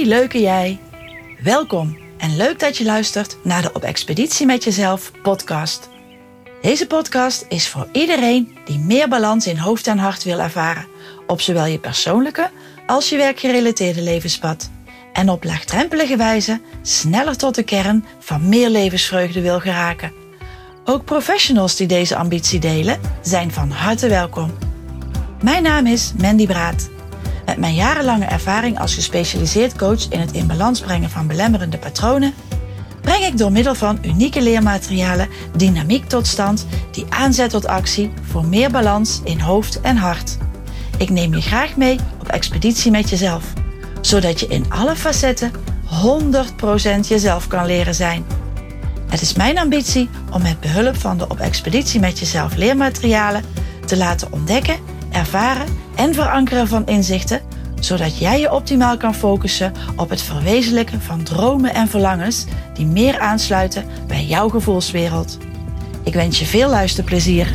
leuke jij. Welkom en leuk dat je luistert naar de Op Expeditie met Jezelf podcast. Deze podcast is voor iedereen die meer balans in hoofd en hart wil ervaren. Op zowel je persoonlijke als je werkgerelateerde levenspad. En op laagdrempelige wijze sneller tot de kern van meer levensvreugde wil geraken. Ook professionals die deze ambitie delen zijn van harte welkom. Mijn naam is Mandy Braat. Met mijn jarenlange ervaring als gespecialiseerd coach in het in balans brengen van belemmerende patronen, breng ik door middel van unieke leermaterialen dynamiek tot stand die aanzet tot actie voor meer balans in hoofd en hart. Ik neem je graag mee op expeditie met jezelf, zodat je in alle facetten 100% jezelf kan leren zijn. Het is mijn ambitie om met behulp van de Op Expeditie met Jezelf leermaterialen te laten ontdekken, ervaren en verankeren van inzichten, zodat jij je optimaal kan focussen op het verwezenlijken van dromen en verlangens die meer aansluiten bij jouw gevoelswereld. Ik wens je veel luisterplezier.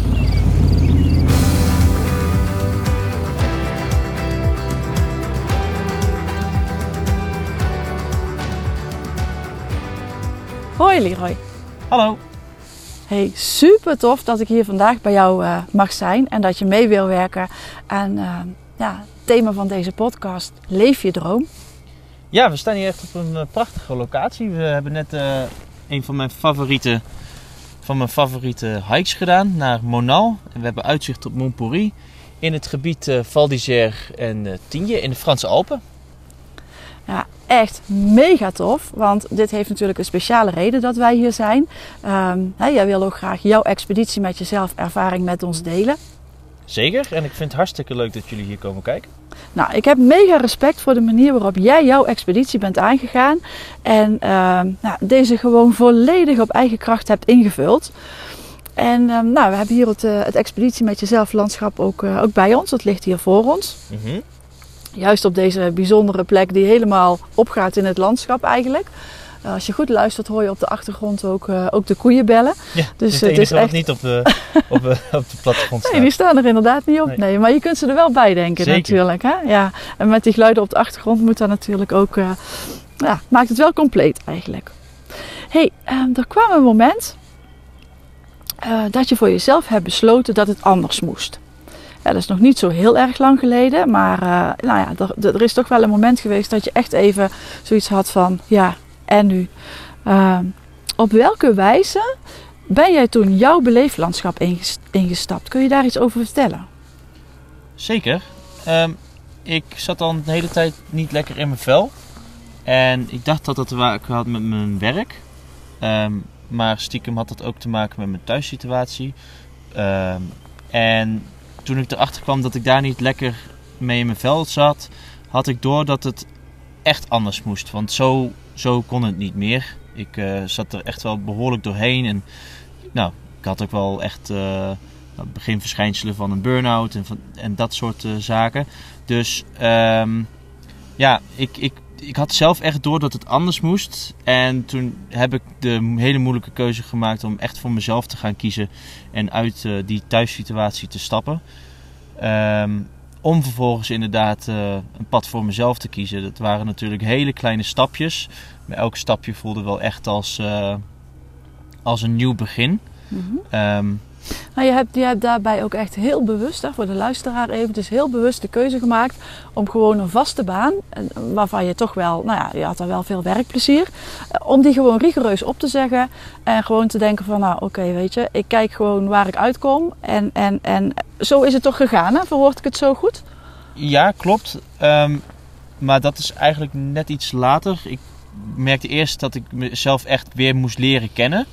Hoi Leroy. Hallo. Hey, super tof dat ik hier vandaag bij jou mag zijn en dat je mee wil werken aan het thema van deze podcast, Leef je droom. Ja, we staan hier echt op een prachtige locatie. We hebben net een van mijn favoriete hikes gedaan naar Monal. En we hebben uitzicht op Montpoury in het gebied Val d'Isère en Tignes in de Franse Alpen. Ja, echt mega tof, want dit heeft natuurlijk een speciale reden dat wij hier zijn. Jij wil ook graag jouw expeditie met jezelf ervaring met ons delen. Zeker, en ik vind het hartstikke leuk dat jullie hier komen kijken. Nou, ik heb mega respect voor de manier waarop jij jouw expeditie bent aangegaan. En deze gewoon volledig op eigen kracht hebt ingevuld. En we hebben hier het expeditie met jezelf landschap ook bij ons. Dat ligt hier voor ons. Mm-hmm. Juist op deze bijzondere plek die helemaal opgaat in het landschap eigenlijk. Als je goed luistert hoor je op de achtergrond ook de koeien bellen. Ja, dus het is echt niet op de plattegrond staat. Nee, die staan er inderdaad niet op. Nee, maar je kunt ze er wel bij denken. Zeker. Natuurlijk. Hè? Ja. En met die geluiden op de achtergrond moet dat natuurlijk ook... maakt het wel compleet eigenlijk. Hey, er kwam een moment dat je voor jezelf hebt besloten dat het anders moest. Ja, dat is nog niet zo heel erg lang geleden, maar er is toch wel een moment geweest dat je echt even zoiets had van, ja, en nu? Op welke wijze ben jij toen jouw beleeflandschap ingestapt? Kun je daar iets over vertellen? Zeker. Ik zat al de hele tijd niet lekker in mijn vel. En ik dacht dat dat te maken had met mijn werk. Maar stiekem had dat ook te maken met mijn thuissituatie. En toen ik erachter kwam dat ik daar niet lekker mee in mijn vel zat, had ik door dat het echt anders moest. Want zo kon het niet meer. Ik zat er echt wel behoorlijk doorheen. En ik had ook wel echt beginverschijnselen van een burn-out en dat soort zaken. Dus ik had zelf echt door dat het anders moest. En toen heb ik de hele moeilijke keuze gemaakt om echt voor mezelf te gaan kiezen. En uit die thuissituatie te stappen. Om vervolgens inderdaad een pad voor mezelf te kiezen. Dat waren natuurlijk hele kleine stapjes. Maar elk stapje voelde wel echt als een nieuw begin. Mm-hmm. Je hebt daarbij ook echt heel bewust, voor de luisteraar even, dus heel bewust de keuze gemaakt om gewoon een vaste baan, waarvan je toch wel, je had er wel veel werkplezier, om die gewoon rigoureus op te zeggen en gewoon te denken van, oké, weet je, ik kijk gewoon waar ik uitkom en zo is het toch gegaan, hè? Verwoord ik het zo goed? Ja, klopt. Maar dat is eigenlijk net iets later. Ik merkte eerst dat ik mezelf echt weer moest leren kennen.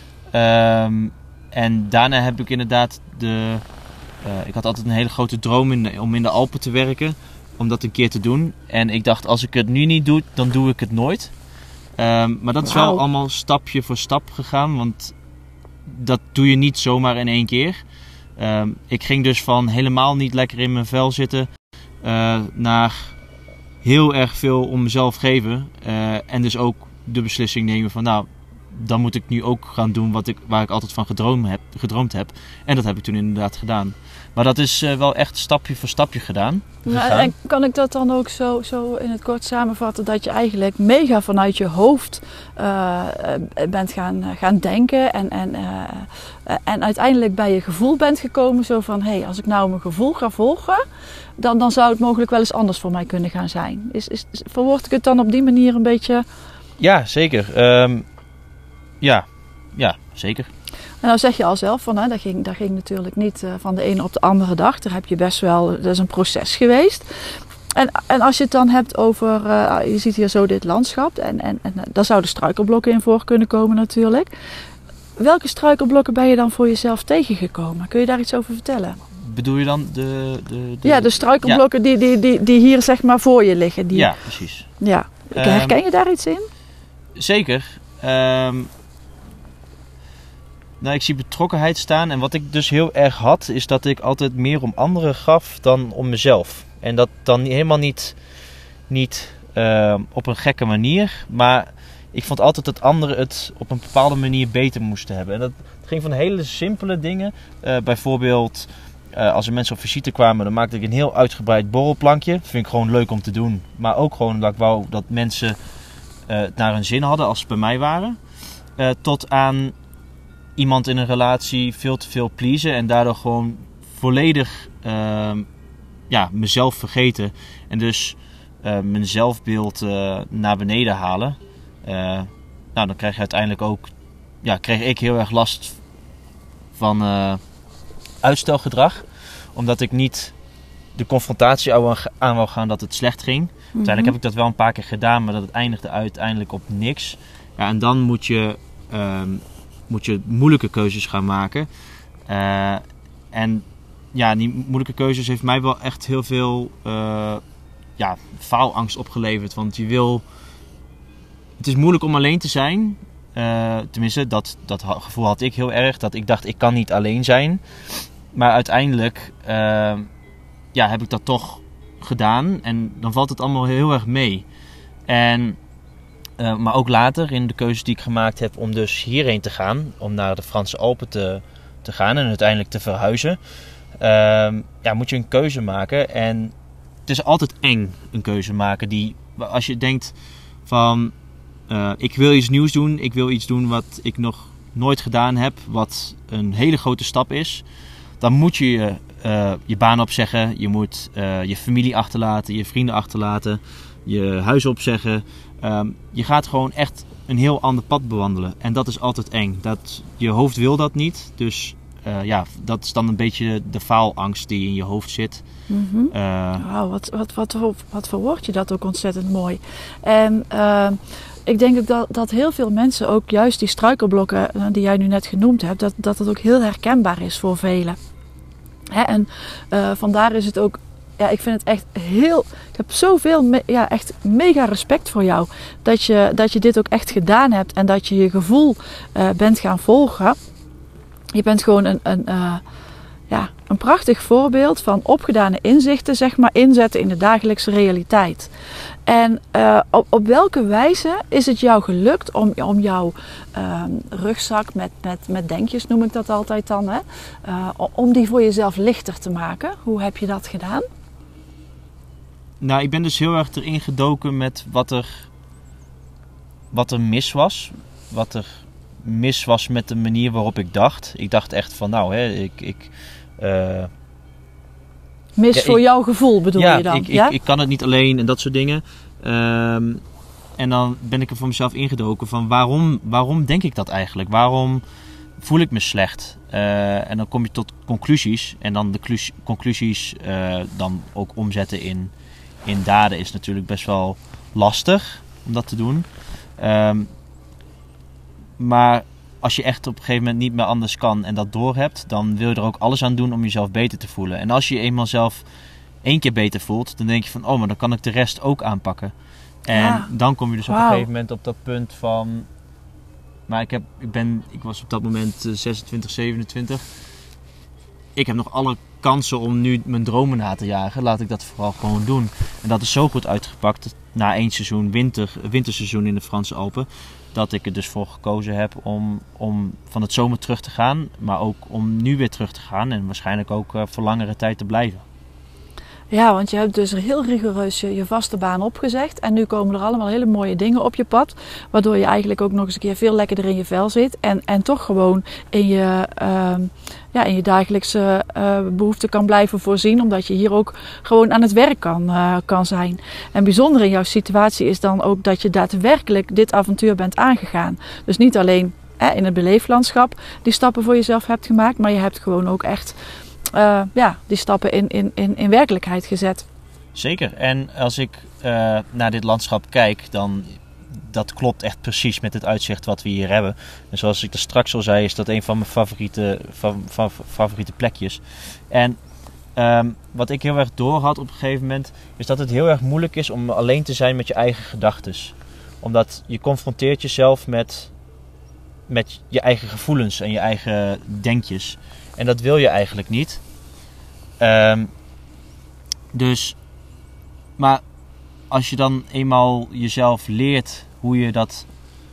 En daarna heb ik inderdaad ik had altijd een hele grote droom om in de Alpen te werken. Om dat een keer te doen. En ik dacht, als ik het nu niet doe, dan doe ik het nooit. Maar dat is wel allemaal stapje voor stap gegaan. Want dat doe je niet zomaar in één keer. Ik ging dus van helemaal niet lekker in mijn vel zitten. Naar heel erg veel om mezelf geven. En dus ook de beslissing nemen van dan moet ik nu ook gaan doen waar ik altijd van gedroomd heb. En dat heb ik toen inderdaad gedaan. Maar dat is wel echt stapje voor stapje gedaan. En kan ik dat dan ook zo in het kort samenvatten, dat je eigenlijk mega vanuit je hoofd bent gaan denken en uiteindelijk bij je gevoel bent gekomen, zo van, hey, als ik nou mijn gevoel ga volgen, dan zou het mogelijk wel eens anders voor mij kunnen gaan zijn. Verwoord ik het dan op die manier een beetje? Ja, zeker. Ja, zeker. En nou zeg je al zelf van, dat ging natuurlijk niet van de ene op de andere dag. Daar heb je best wel, dat is een proces geweest. En als je het dan hebt over, je ziet hier zo dit landschap en daar zouden struikelblokken in voor kunnen komen natuurlijk. Welke struikelblokken ben je dan voor jezelf tegengekomen? Kun je daar iets over vertellen? Bedoel je dan de struikelblokken die hier zeg maar voor je liggen? Ja, precies. Ja. Herken je daar iets in? Zeker. Nou, ik zie betrokkenheid staan. En wat ik dus heel erg had, is dat ik altijd meer om anderen gaf dan om mezelf. En dat dan helemaal niet op een gekke manier. Maar ik vond altijd dat anderen het op een bepaalde manier beter moesten hebben. En dat ging van hele simpele dingen. Bijvoorbeeld, als er mensen op visite kwamen, dan maakte ik een heel uitgebreid borrelplankje. Dat vind ik gewoon leuk om te doen. Maar ook gewoon dat ik wou dat mensen het naar hun zin hadden als ze bij mij waren. Tot aan iemand in een relatie veel te veel pleasen en daardoor gewoon volledig mezelf vergeten. En dus mijn zelfbeeld naar beneden halen. Dan krijg je uiteindelijk ook, kreeg ik heel erg last van uitstelgedrag. Omdat ik niet de confrontatie aan wou gaan dat het slecht ging. Mm-hmm. Uiteindelijk heb ik dat wel een paar keer gedaan, maar dat eindigde uiteindelijk op niks. Ja, en dan moet je moeilijke keuzes gaan maken. Die moeilijke keuzes heeft mij wel echt heel veel faalangst opgeleverd. Want het is moeilijk om alleen te zijn. Tenminste, dat gevoel had ik heel erg. Dat ik dacht, ik kan niet alleen zijn. Maar uiteindelijk heb ik dat toch gedaan. En dan valt het allemaal heel erg mee. Maar ook later, in de keuzes die ik gemaakt heb om dus hierheen te gaan, om naar de Franse Alpen te gaan en uiteindelijk te verhuizen, moet je een keuze maken. En het is altijd eng, een keuze maken. Als je denkt van, ik wil iets nieuws doen, ik wil iets doen wat ik nog nooit gedaan heb, wat een hele grote stap is, dan moet je je baan opzeggen, je moet je familie achterlaten, je vrienden achterlaten, je huis opzeggen. Je gaat gewoon echt een heel ander pad bewandelen. En dat is altijd eng. Je hoofd wil dat niet. Dus dat is dan een beetje de faalangst die in je hoofd zit. Mm-hmm. Wauw, wat verwoord je dat ook ontzettend mooi. En ik denk ook dat heel veel mensen ook juist die struikelblokken die jij nu net genoemd hebt, dat het ook heel herkenbaar is voor velen. En vandaar is het ook, ik vind het echt ik heb zoveel, echt mega respect voor jou. Dat je dit ook echt gedaan hebt en dat je je gevoel bent gaan volgen. Je bent gewoon een prachtig voorbeeld van opgedane inzichten, zeg maar, inzetten in de dagelijkse realiteit. En op welke wijze is het jou gelukt om jouw rugzak met denkjes, noem ik dat altijd dan, om die voor jezelf lichter te maken? Hoe heb je dat gedaan? Nou, ik ben dus heel erg erin gedoken met wat er mis was. Wat er mis was met de manier waarop ik dacht. Ik dacht echt van, voor jouw gevoel bedoel je dan? Ik kan het niet alleen en dat soort dingen. En dan ben ik er voor mezelf ingedoken van waarom denk ik dat eigenlijk? Waarom voel ik me slecht? En dan kom je tot conclusies. En dan de conclusies dan ook omzetten in daden is natuurlijk best wel lastig om dat te doen. Maar als je echt op een gegeven moment niet meer anders kan en dat doorhebt, dan wil je er ook alles aan doen om jezelf beter te voelen. En als je eenmaal zelf 1 keer beter voelt, dan denk je van, maar dan kan ik de rest ook aanpakken. En dan kom je dus op een gegeven moment op dat punt van, maar ik was op dat moment 26, 27. Ik heb nog alle kansen om nu mijn dromen na te jagen. Laat ik dat vooral gewoon doen. En dat is zo goed uitgepakt na 1 seizoen winterseizoen in de Franse Alpen, dat ik er dus voor gekozen heb om van het zomer terug te gaan, maar ook om nu weer terug te gaan en waarschijnlijk ook voor langere tijd te blijven. Ja, want je hebt dus heel rigoureus je vaste baan opgezegd. En nu komen er allemaal hele mooie dingen op je pad. Waardoor je eigenlijk ook nog eens een keer veel lekkerder in je vel zit. En toch gewoon in je dagelijkse behoeften kan blijven voorzien. Omdat je hier ook gewoon aan het werk kan zijn. En bijzonder in jouw situatie is dan ook dat je daadwerkelijk dit avontuur bent aangegaan. Dus niet alleen in het beleeflandschap die stappen voor jezelf hebt gemaakt. Maar je hebt gewoon ook echt die stappen in werkelijkheid gezet. Zeker. En als ik naar dit landschap kijk, dan dat klopt echt precies met het uitzicht wat we hier hebben. En zoals ik er straks al zei, is dat een van mijn favoriete plekjes. En wat ik heel erg door had op een gegeven moment, is dat het heel erg moeilijk is om alleen te zijn met je eigen gedachtes. Omdat je confronteert jezelf met je eigen gevoelens en je eigen denkjes. En dat wil je eigenlijk niet. Maar als je dan eenmaal jezelf leert hoe je dat,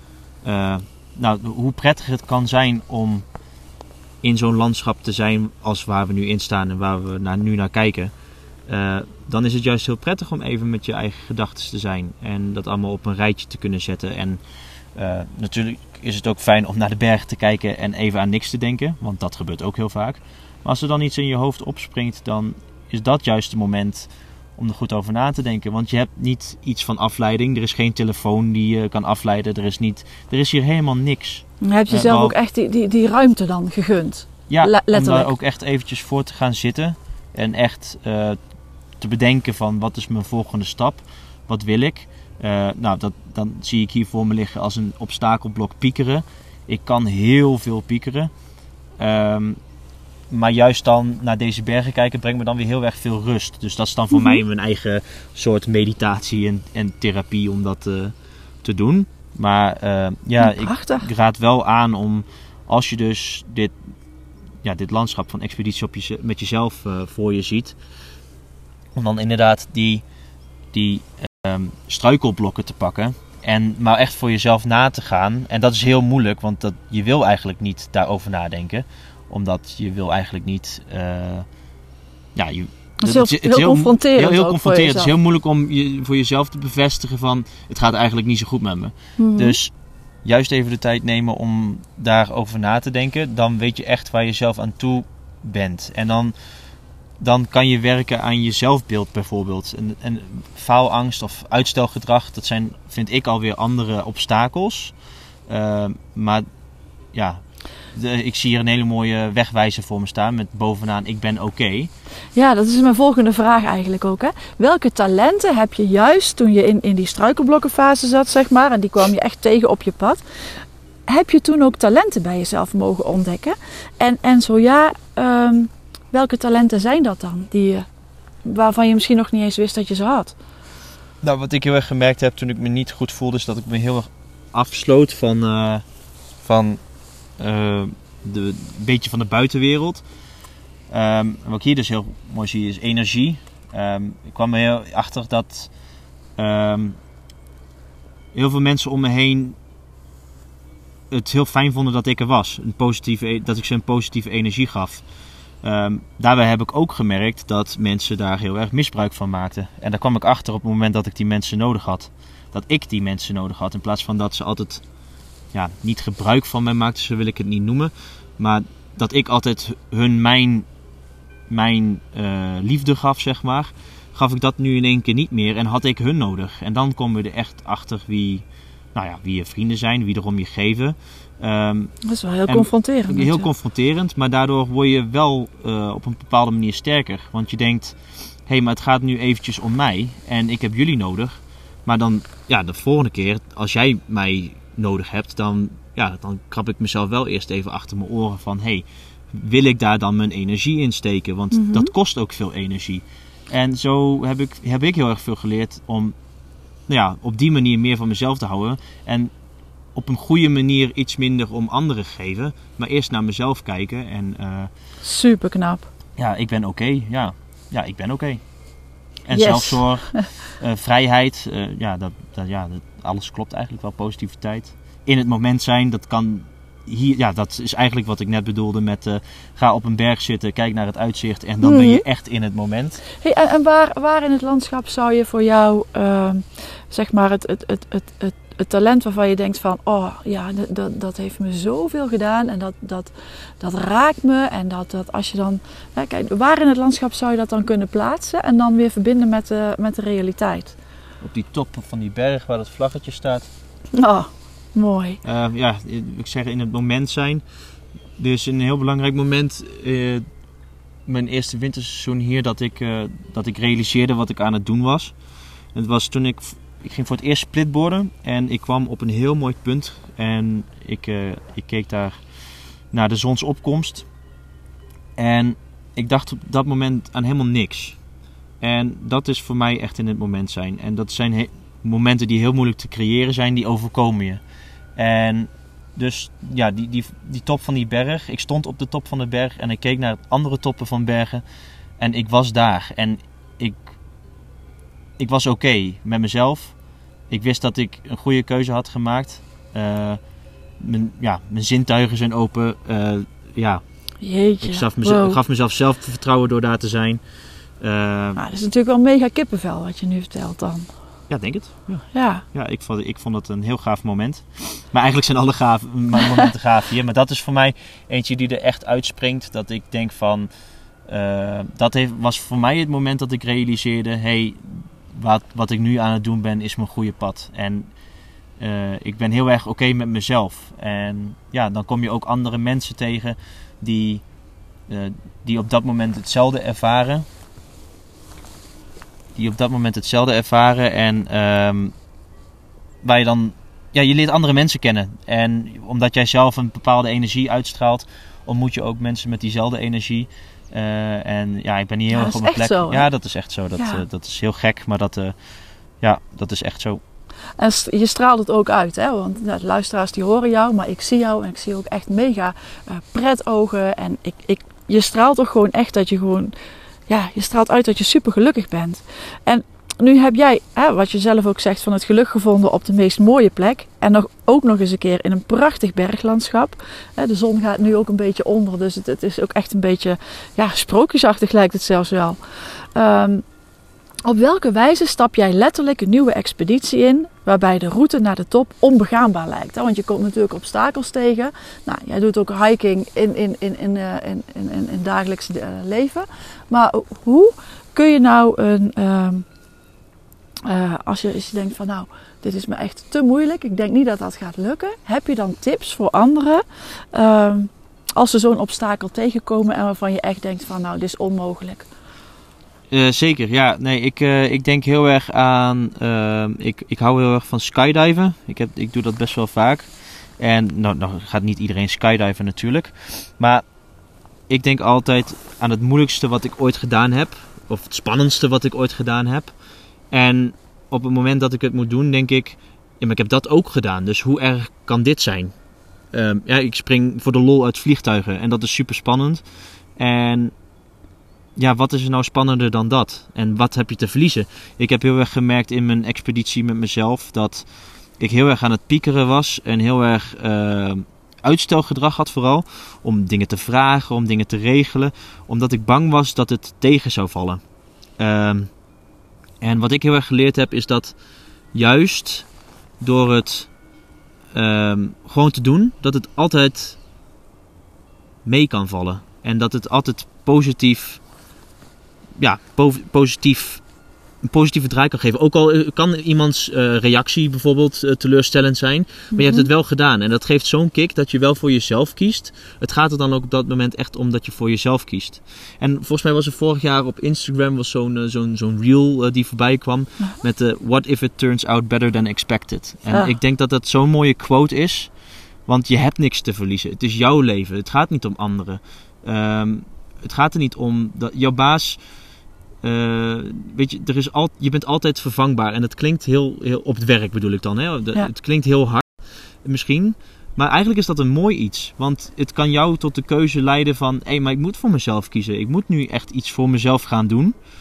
hoe prettig het kan zijn om in zo'n landschap te zijn als waar we nu in staan en waar we nu naar kijken, dan is het juist heel prettig om even met je eigen gedachten te zijn en dat allemaal op een rijtje te kunnen zetten. En natuurlijk is het ook fijn om naar de bergen te kijken en even aan niks te denken, want dat gebeurt ook heel vaak. Maar als er dan iets in je hoofd opspringt, dan is dat juist het moment om er goed over na te denken. Want je hebt niet iets van afleiding. Er is geen telefoon die je kan afleiden. Er is hier helemaal niks. Dan heb je zelf ook echt die ruimte dan gegund? Ja, letterlijk. Om daar ook echt eventjes voor te gaan zitten. En echt te bedenken van wat is mijn volgende stap? Wat wil ik? Dan zie ik hier voor me liggen als een obstakelblok piekeren. Ik kan heel veel piekeren. Maar juist dan naar deze bergen kijken brengt me dan weer heel erg veel rust. Dus dat is dan voor mij mijn eigen soort meditatie en therapie om dat te doen. Maar ik raad wel aan om, als je dus dit landschap van expeditie met jezelf voor je ziet, om dan inderdaad die struikelblokken te pakken. Maar echt voor jezelf na te gaan. En dat is heel moeilijk, want je wil eigenlijk niet daarover nadenken. Omdat je wil eigenlijk niet... Het is heel confronterend. Heel confronterend. Het is heel moeilijk om voor jezelf te bevestigen van... Het gaat eigenlijk niet zo goed met me. Mm-hmm. Dus juist even de tijd nemen om daarover na te denken. Dan weet je echt waar je zelf aan toe bent. En dan kan je werken aan je zelfbeeld bijvoorbeeld. En faalangst of uitstelgedrag, dat zijn, vind ik, alweer andere obstakels. Maar ja... Ik zie hier een hele mooie wegwijzer voor me staan met bovenaan ik ben oké. Ja, dat is mijn volgende vraag eigenlijk ook. Hè? Welke talenten heb je juist toen je in die struikelblokkenfase zat, zeg maar, en die kwam je echt tegen op je pad. Heb je toen ook talenten bij jezelf mogen ontdekken? En zo ja, welke talenten zijn dat dan? Waarvan je misschien nog niet eens wist dat je ze had? Nou, wat ik heel erg gemerkt heb toen ik me niet goed voelde, is dat ik me heel erg afsloot van een beetje van de buitenwereld. Wat ik hier dus heel mooi zie is energie. Ik kwam er heel achter dat heel veel mensen om me heen het heel fijn vonden dat ik er was. Dat ik ze een positieve energie gaf. Daarbij heb ik ook gemerkt dat mensen daar heel erg misbruik van maakten. En daar kwam ik achter op het moment dat ik die mensen nodig had. Dat ik die mensen nodig had. In plaats van dat ze altijd niet gebruik van mij maakten, zo wil ik het niet noemen. Maar dat ik altijd hun mijn liefde gaf, zeg maar. Gaf ik dat nu in één keer niet meer en had ik hun nodig. En dan komen we er echt achter wie je vrienden zijn, wie er om je geven. Dat is wel heel confronterend. Heel confronterend, maar daardoor word je wel op een bepaalde manier sterker. Want je denkt, maar het gaat nu eventjes om mij en ik heb jullie nodig. Maar dan, de volgende keer, als jij mij nodig hebt, dan krab ik mezelf wel eerst even achter mijn oren van, wil ik daar dan mijn energie in steken? Want dat kost ook veel energie. En zo heb ik heel erg veel geleerd om op die manier meer van mezelf te houden. En op een goede manier iets minder om anderen geven. Maar eerst naar mezelf kijken. En, super knap. Ja, ik ben oké. Ja, ik ben oké. En zelfzorg, vrijheid. Alles klopt eigenlijk wel. Positiviteit. In het moment zijn, dat kan hier. Ja, dat is eigenlijk wat ik net bedoelde met ga op een berg zitten, kijk naar het uitzicht en dan ben je echt in het moment. Hey, en waar in het landschap zou je voor jou, zeg maar, het talent waarvan je denkt van, oh ja, dat heeft me zoveel gedaan en dat raakt me. En dat als je dan, kijk, waar in het landschap zou je dat dan kunnen plaatsen en dan weer verbinden met de realiteit? Op die top van die berg waar dat vlaggetje staat. Oh, mooi. Ik zeg in het moment zijn. Dus een heel belangrijk moment, mijn eerste winterseizoen hier, dat ik realiseerde wat ik aan het doen was. Het was toen ik ging voor het eerst splitboarden en ik kwam op een heel mooi punt en ik keek daar naar de zonsopkomst en ik dacht op dat moment aan helemaal niks. En dat is voor mij echt in het moment zijn. En dat zijn momenten die heel moeilijk te creëren zijn, die overkomen je. En dus ja, die top van die berg, ik stond op de top van de berg en ik keek naar andere toppen van bergen en ik was daar. En ik was oké met mezelf. Ik wist dat ik een goede keuze had gemaakt. Mijn zintuigen zijn open. Jeetje, ik gaf mezelf zelfvertrouwen door daar te zijn. Dat is natuurlijk wel mega kippenvel wat je nu vertelt dan. Ja, denk het. Ja. Ja, ik vond het een heel gaaf moment. Maar eigenlijk zijn alle momenten gaaf hier. Maar dat is voor mij eentje die er echt uitspringt. Dat ik denk van... was voor mij het moment dat ik realiseerde... Wat ik nu aan het doen ben, is mijn goede pad. En ik ben heel erg oké met mezelf. En ja, dan kom je ook andere mensen tegen die op dat moment hetzelfde ervaren. En waar je dan... Ja, je leert andere mensen kennen. En omdat jij zelf een bepaalde energie uitstraalt, ontmoet je ook mensen met diezelfde energie. En ja, ik ben hier heel erg op mijn plek. Zo, ja, dat is echt zo. Dat is heel gek, maar dat is echt zo. En je straalt het ook uit, hè? Want de luisteraars die horen jou, maar ik zie jou en ik zie ook echt mega pretogen. En je straalt toch gewoon echt dat je gewoon... Ja, je straalt uit dat je super gelukkig bent. En nu heb jij, wat je zelf ook zegt, van het geluk gevonden op de meest mooie plek. En ook nog eens een keer in een prachtig berglandschap. De zon gaat nu ook een beetje onder, dus het is ook echt een beetje sprookjesachtig lijkt het zelfs wel. Op welke wijze stap jij letterlijk een nieuwe expeditie in, waarbij de route naar de top onbegaanbaar lijkt? Want je komt natuurlijk obstakels tegen. Nou, jij doet ook hiking in dagelijks leven. Maar hoe kun je nou als je denkt van nou, dit is me echt te moeilijk, ik denk niet dat dat gaat lukken. Heb je dan tips voor anderen als ze zo'n obstakel tegenkomen en waarvan je echt denkt van nou, dit is onmogelijk? Zeker, ja. Nee, ik denk heel erg aan... Ik hou heel erg van skydiven. Ik doe dat best wel vaak. En nou gaat niet iedereen skydiven natuurlijk. Maar ik denk altijd aan het moeilijkste wat ik ooit gedaan heb. Of het spannendste wat ik ooit gedaan heb. En op het moment dat ik het moet doen, denk ik... Ja, maar ik heb dat ook gedaan. Dus hoe erg kan dit zijn? Ik spring voor de lol uit vliegtuigen. En dat is super spannend. En... Ja, wat is er nou spannender dan dat? En wat heb je te verliezen? Ik heb heel erg gemerkt in mijn expeditie met mezelf dat ik heel erg aan het piekeren was en heel erg uitstelgedrag had vooral. Om dingen te vragen, om dingen te regelen. Omdat ik bang was dat het tegen zou vallen. En wat ik heel erg geleerd heb is dat juist door het gewoon te doen, dat het altijd mee kan vallen. En dat het altijd een positieve draai kan geven. Ook al kan iemands reactie bijvoorbeeld teleurstellend zijn. Maar je hebt het wel gedaan. En dat geeft zo'n kick dat je wel voor jezelf kiest. Het gaat er dan ook op dat moment echt om dat je voor jezelf kiest. En volgens mij was er vorig jaar op Instagram was zo'n reel die voorbij kwam. Met what if it turns out better than expected. En ik denk dat dat zo'n mooie quote is. Want je hebt niks te verliezen. Het is jouw leven. Het gaat niet om anderen. Het gaat er niet om dat jouw baas... weet je, je bent altijd vervangbaar. En het klinkt heel op het werk bedoel ik dan. Hè? Het klinkt heel hard misschien. Maar eigenlijk is dat een mooi iets. Want het kan jou tot de keuze leiden van... maar ik moet voor mezelf kiezen. Ik moet nu echt iets voor mezelf gaan doen.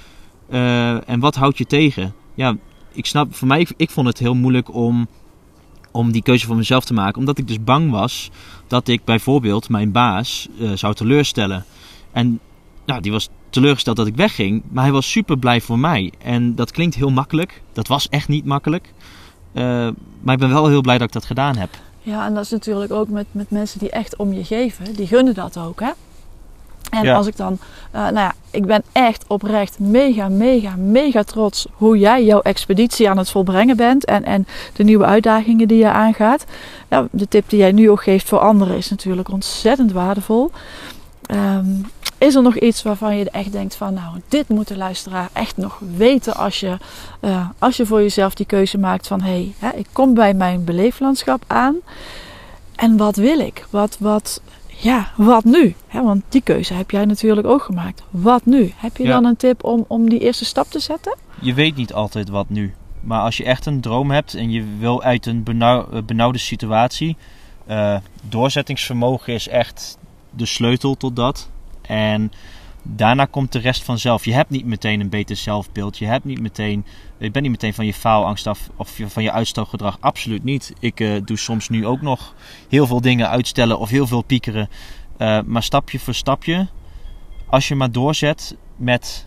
En wat houdt je tegen? Ja, ik vond het heel moeilijk om die keuze voor mezelf te maken. Omdat ik dus bang was dat ik bijvoorbeeld mijn baas zou teleurstellen. En die was teleurgesteld dat ik wegging. Maar hij was super blij voor mij. En dat klinkt heel makkelijk. Dat was echt niet makkelijk. Maar ik ben wel heel blij dat ik dat gedaan heb. Ja, en dat is natuurlijk ook met mensen die echt om je geven. Die gunnen dat ook, hè? En als ik dan... ik ben echt oprecht mega trots hoe jij jouw expeditie aan het volbrengen bent. En de nieuwe uitdagingen die je aangaat. Ja, de tip die jij nu ook geeft voor anderen is natuurlijk ontzettend waardevol. Is er nog iets waarvan je echt denkt van... dit moet de luisteraar echt nog weten als je voor jezelf die keuze maakt van... ik kom bij mijn beleeflandschap aan. En wat wil ik? Wat nu? Want die keuze heb jij natuurlijk ook gemaakt. Wat nu? Heb je dan een tip om die eerste stap te zetten? Je weet niet altijd wat nu. Maar als je echt een droom hebt en je wil uit een benauwde situatie... doorzettingsvermogen is echt de sleutel tot dat. En daarna komt de rest vanzelf. Je hebt niet meteen een beter zelfbeeld. Je bent niet meteen van je faalangst af of van je uitstelgedrag. Absoluut niet. Ik doe soms nu ook nog heel veel dingen uitstellen of heel veel piekeren. Maar stapje voor stapje, als je maar doorzet met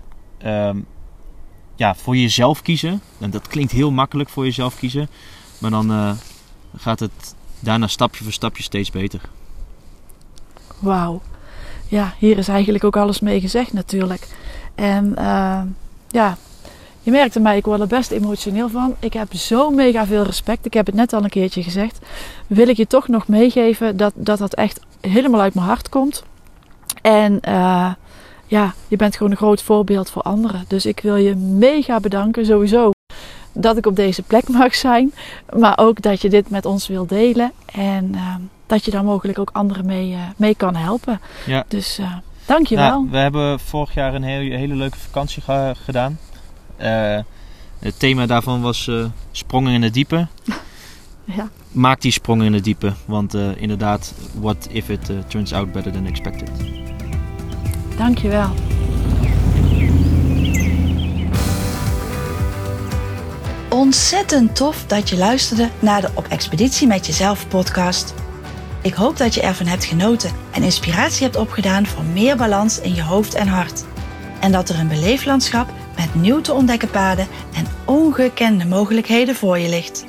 voor jezelf kiezen. En dat klinkt heel makkelijk, voor jezelf kiezen. Maar dan gaat het daarna stapje voor stapje steeds beter. Wauw. Ja, hier is eigenlijk ook alles mee gezegd natuurlijk. En je merkt aan mij, ik word er best emotioneel van. Ik heb zo mega veel respect. Ik heb het net al een keertje gezegd. Wil ik je toch nog meegeven dat echt helemaal uit mijn hart komt. En je bent gewoon een groot voorbeeld voor anderen. Dus ik wil je mega bedanken sowieso dat ik op deze plek mag zijn. Maar ook dat je dit met ons wilt delen. En dat je daar mogelijk ook anderen mee kan helpen. Ja. Dus dank je wel. We hebben vorig jaar een hele leuke vakantie gedaan. Het thema daarvan was sprongen in het diepe. Ja. Maak die sprongen in het diepe. Want inderdaad, what if it turns out better than expected. Dank je wel. Ontzettend tof dat je luisterde naar de Op Expeditie met Jezelf podcast. Ik hoop dat je ervan hebt genoten en inspiratie hebt opgedaan voor meer balans in je hoofd en hart. En dat er een beleeflandschap met nieuw te ontdekken paden en ongekende mogelijkheden voor je ligt.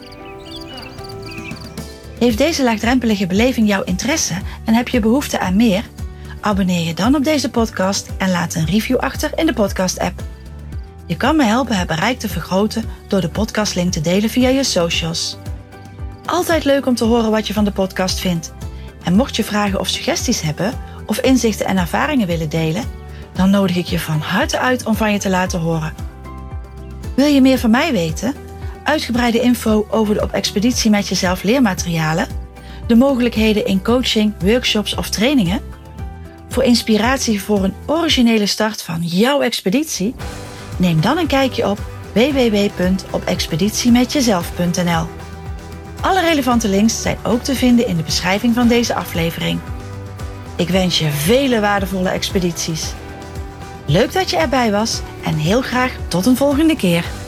Heeft deze laagdrempelige beleving jouw interesse en heb je behoefte aan meer? Abonneer je dan op deze podcast en laat een review achter in de podcast-app. Je kan me helpen het bereik te vergroten door de podcastlink te delen via je socials. Altijd leuk om te horen wat je van de podcast vindt. En mocht je vragen of suggesties hebben of inzichten en ervaringen willen delen, dan nodig ik je van harte uit om van je te laten horen. Wil je meer van mij weten? Uitgebreide info over de Op Expeditie met Jezelf leermaterialen, de mogelijkheden in coaching, workshops of trainingen? Voor inspiratie voor een originele start van jouw expeditie? Neem dan een kijkje op www.opexpeditiemetjezelf.nl. Alle relevante links zijn ook te vinden in de beschrijving van deze aflevering. Ik wens je vele waardevolle expedities. Leuk dat je erbij was en heel graag tot een volgende keer.